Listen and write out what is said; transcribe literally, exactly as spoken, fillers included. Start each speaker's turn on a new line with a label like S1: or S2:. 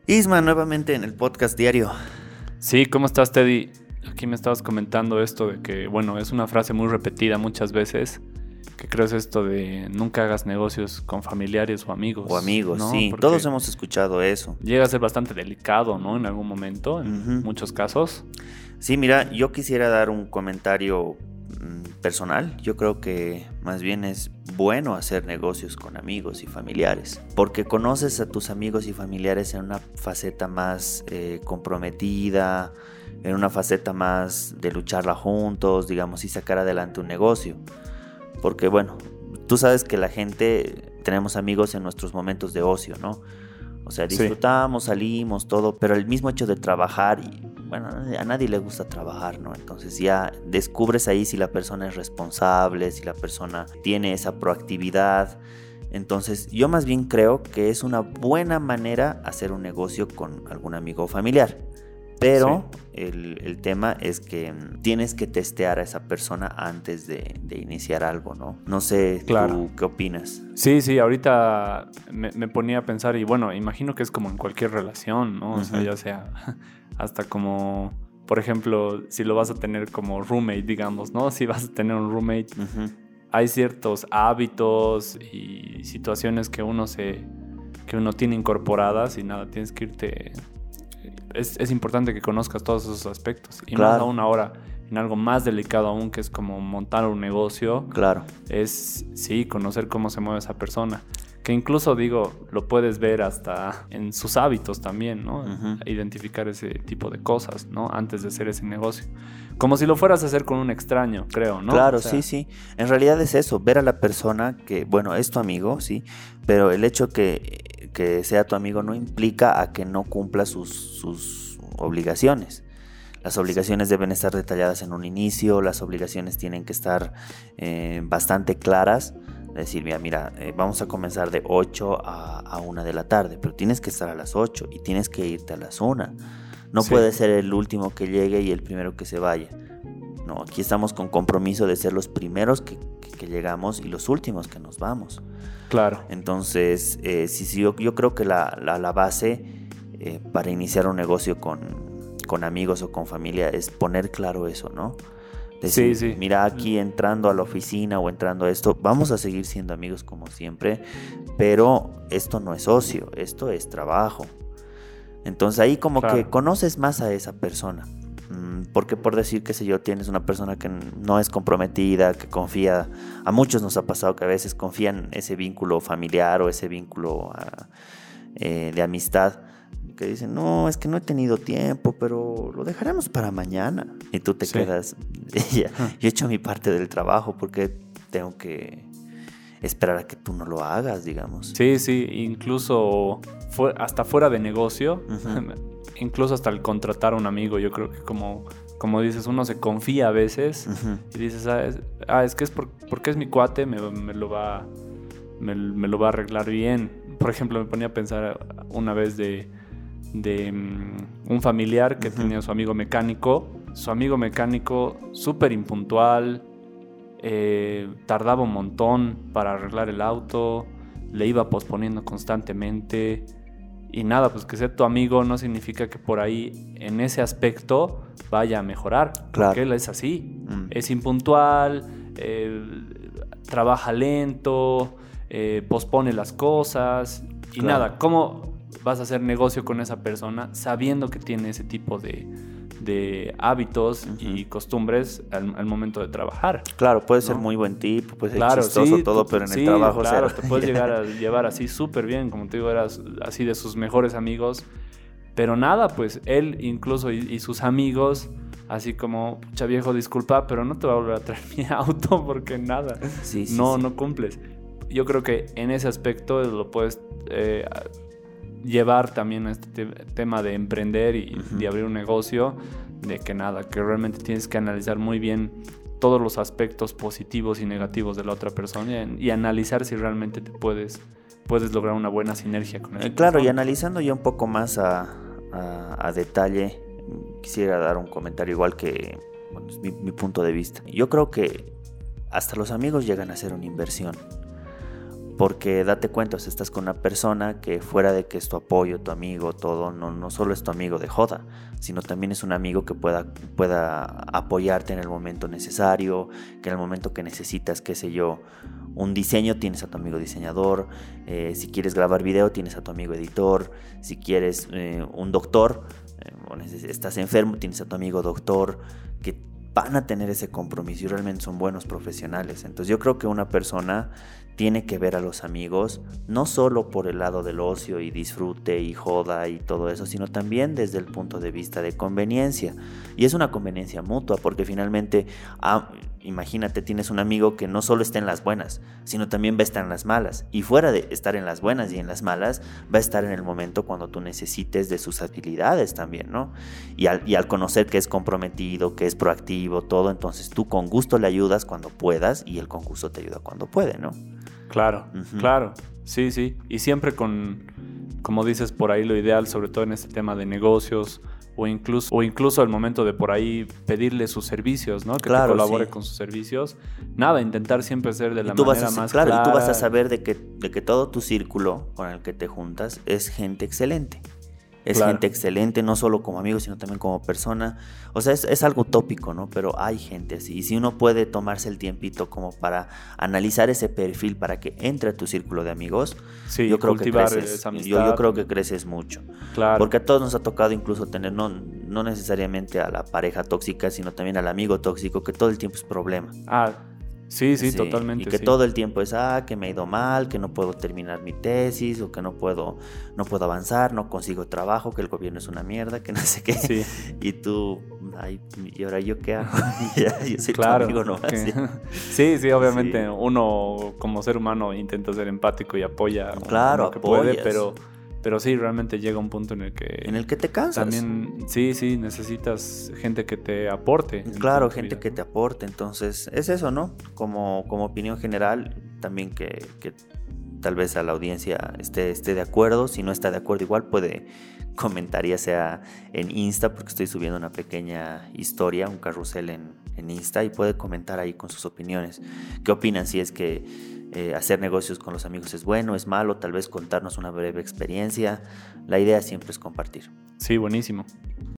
S1: Isma, nuevamente en el podcast diario.
S2: Sí, ¿cómo estás, Teddy? Aquí me estabas comentando esto de que, bueno, es una frase muy repetida muchas veces, que creo es esto de nunca hagas negocios con familiares o amigos.
S1: O amigos,
S2: ¿no?
S1: sí,
S2: Porque
S1: todos hemos escuchado eso.
S2: llega a ser bastante delicado, ¿no? En algún momento, en
S1: Ujú.
S2: muchos casos.
S1: Sí, mira, yo quisiera dar un comentario mm, personal. Yo creo que más bien es bueno hacer negocios con amigos y familiares, porque conoces a tus amigos y familiares en una faceta más eh, comprometida, en una faceta más de lucharla juntos, digamos, y sacar adelante un negocio. Porque bueno, tú sabes que la gente, tenemos amigos en nuestros momentos de ocio, ¿no? O sea, disfrutamos, sí. salimos, todo, pero el mismo hecho de trabajar, y bueno, a nadie le gusta trabajar, ¿no? Entonces ya descubres ahí si la persona es responsable, si la persona tiene esa proactividad. Entonces yo más bien creo que es una buena manera hacer un negocio con algún amigo o familiar. Pero sí. el, el tema es que tienes que testear a esa persona antes de, de iniciar algo, ¿no? No sé, claro. ¿Tú qué opinas?
S2: Sí, sí, ahorita me, me ponía a pensar y bueno, imagino que es como en cualquier relación, ¿no? O uh-huh. sea, ya sea hasta como, por ejemplo, si lo vas a tener como roommate, digamos, ¿no? Si vas a tener un roommate, uh-huh. hay ciertos hábitos y situaciones que uno se, que uno tiene incorporadas y nada, tienes que irte... Es, es importante que conozcas todos esos aspectos. Y claro. más aún ahora, en algo más delicado aún, que es como montar un negocio.
S1: Claro.
S2: Es, sí, conocer cómo se mueve esa persona. Que incluso, digo, lo puedes ver hasta en sus hábitos también, ¿no? Uh-huh. Identificar ese tipo de cosas, ¿no? Antes de hacer ese negocio. Como si lo fueras a hacer con un extraño, creo, ¿no?
S1: Claro,
S2: o sea,
S1: sí, sí. En realidad es eso, ver a la persona que, bueno, es tu amigo, sí, pero el hecho que, que sea tu amigo no implica a que no cumpla sus, sus obligaciones. Las obligaciones deben estar detalladas en un inicio, las obligaciones tienen que estar eh, bastante claras. Decir, mira, mira eh, vamos a comenzar de ocho a, a una de la tarde, pero tienes que estar a las ocho y tienes que irte a las una. No sí. puede ser el último que llegue y el primero que se vaya. No, aquí estamos con compromiso de ser los primeros que, que, que llegamos y los últimos que nos vamos.
S2: Claro.
S1: Entonces, eh, sí, sí, yo, yo creo que la, la, la base eh, para iniciar un negocio con, con amigos o con familia es poner claro eso, ¿no? Decir, sí, sí. mira, aquí entrando a la oficina o entrando a esto, vamos a seguir siendo amigos como siempre, pero esto no es ocio, esto es trabajo. Entonces ahí como claro. que conoces más a esa persona. Porque por decir, qué sé yo, tienes una persona que no es comprometida, que confía, a muchos nos ha pasado que a veces confían en ese vínculo familiar o ese vínculo uh, eh, de amistad, que dicen, no, es que no he tenido tiempo, pero lo dejaremos para mañana. Y tú te sí. quedas, ya, yo he hecho mi parte del trabajo, porque tengo que esperar a que tú no lo hagas, digamos.
S2: Sí, sí, incluso fue, hasta fuera de negocio, uh-huh. incluso hasta el contratar a un amigo, yo creo que como, como dices, uno se confía a veces uh-huh. y dices, ah, es, ah, es que es por, porque es mi cuate, me, me, lo va, me, me lo va a arreglar bien. Por ejemplo, me ponía a pensar una vez de, de um, un familiar que uh-huh. tenía su amigo mecánico, su amigo mecánico súper impuntual, eh, tardaba un montón para arreglar el auto, le iba posponiendo constantemente. Y nada, pues que ser tu amigo no significa que por ahí, en ese aspecto, vaya a mejorar.
S1: Claro.
S2: Porque él es así. Mm. Es impuntual, eh, trabaja lento, eh, pospone las cosas. Y claro. nada, ¿cómo vas a hacer negocio con esa persona sabiendo que tiene ese tipo de, de hábitos uh-huh. y costumbres al, al momento de trabajar?
S1: Claro, puede
S2: ¿no?
S1: ser muy buen tip, puede ser
S2: claro,
S1: chistoso
S2: sí,
S1: todo,
S2: tú,
S1: pero en
S2: sí,
S1: el trabajo
S2: claro,
S1: cero.
S2: te puedes llegar a llevar así súper bien, como te digo, eras así de sus mejores amigos, pero nada, pues él incluso y, y sus amigos, así como, pucha viejo, disculpa, pero no te voy a volver a traer mi auto porque nada,
S1: sí, sí,
S2: no,
S1: sí.
S2: no cumples. Yo creo que en ese aspecto lo puedes eh, llevar también a este te- tema de emprender y uh-huh. de abrir un negocio, de que nada, que realmente tienes que analizar muy bien todos los aspectos positivos y negativos de la otra persona y, y analizar si realmente te puedes, puedes lograr una buena sinergia con él.
S1: Claro, y analizando ya un poco más a, a, a detalle, quisiera dar un comentario igual que, bueno, es mi, mi punto de vista. Yo creo que hasta los amigos llegan a ser una inversión. porque date cuenta, o sea, estás con una persona que fuera de que es tu apoyo, tu amigo, todo, no, no solo es tu amigo de joda, sino también es un amigo que pueda, pueda apoyarte en el momento necesario, que en el momento que necesitas, qué sé yo, un diseño, tienes a tu amigo diseñador, eh, si quieres grabar video, tienes a tu amigo editor, si quieres eh, un doctor, eh, o estás enfermo, tienes a tu amigo doctor, que van a tener ese compromiso y realmente son buenos profesionales. Entonces yo creo que una persona tiene que ver a los amigos no solo por el lado del ocio y disfrute y joda y todo eso, sino también desde el punto de vista de conveniencia. Y es una conveniencia mutua, porque finalmente, ah, imagínate, tienes un amigo que no solo está en las buenas, sino también va a estar en las malas. Y fuera de estar en las buenas y en las malas, va a estar en el momento cuando tú necesites de sus habilidades también, ¿no? Y al, y al conocer que es comprometido, que es proactivo, todo, entonces tú con gusto le ayudas cuando puedas y él con gusto te ayuda cuando puede, ¿no?
S2: Claro, uh-huh. claro, sí, sí. Y siempre con, como dices por ahí, lo ideal, sobre todo en este tema de negocios, o incluso, o incluso al momento de por ahí pedirle sus servicios, ¿no? Que
S1: claro,
S2: te colabore
S1: sí.
S2: con sus servicios. Nada, intentar siempre ser de la
S1: tú
S2: manera
S1: vas a,
S2: más
S1: claro,
S2: clara.
S1: Y tú vas a saber de que, de que todo tu círculo con el que te juntas es gente excelente. Es claro. gente excelente, no solo como amigo, sino también como persona. O sea, es, es algo utópico, ¿no? Pero hay gente así. Y si uno puede tomarse el tiempito como para analizar ese perfil para que entre a tu círculo de amigos,
S2: sí,
S1: yo creo que creces.
S2: Esa amistad.
S1: Yo, yo creo que creces mucho.
S2: Claro.
S1: Porque a todos nos ha tocado incluso tener, no, no necesariamente a la pareja tóxica, sino también al amigo tóxico, que todo el tiempo es problema.
S2: Ah, Sí, sí, sí,
S1: sí,
S2: totalmente.
S1: Y que
S2: sí.
S1: todo el tiempo es, ah, que me ha ido mal, que no puedo terminar mi tesis, o que no puedo, no puedo avanzar, no consigo trabajo, que el gobierno es una mierda, que no sé qué.
S2: Sí.
S1: Y tú, ay, ¿y ahora yo qué hago? ya, yo soy
S2: claro,
S1: tu amigo nomás.
S2: Que... sí, sí, obviamente sí. Uno como ser humano intenta ser empático y apoya
S1: claro,
S2: lo que puede, pero... Pero sí, realmente llega un punto en el que...
S1: En el que te cansas.
S2: También, sí, sí, necesitas gente que te aporte.
S1: Claro, gente vida. que te aporte. Entonces, es eso, ¿no? Como, como opinión general, también que, que tal vez a la audiencia esté, esté de acuerdo. Si no está de acuerdo, igual puede comentar, ya sea en Insta, porque estoy subiendo una pequeña historia, un carrusel en, en Insta, y puede comentar ahí con sus opiniones. ¿Qué opinan? Si es que... Eh, hacer negocios con los amigos es bueno, es malo, tal vez contarnos una breve experiencia. La idea siempre es compartir.
S2: Sí, buenísimo.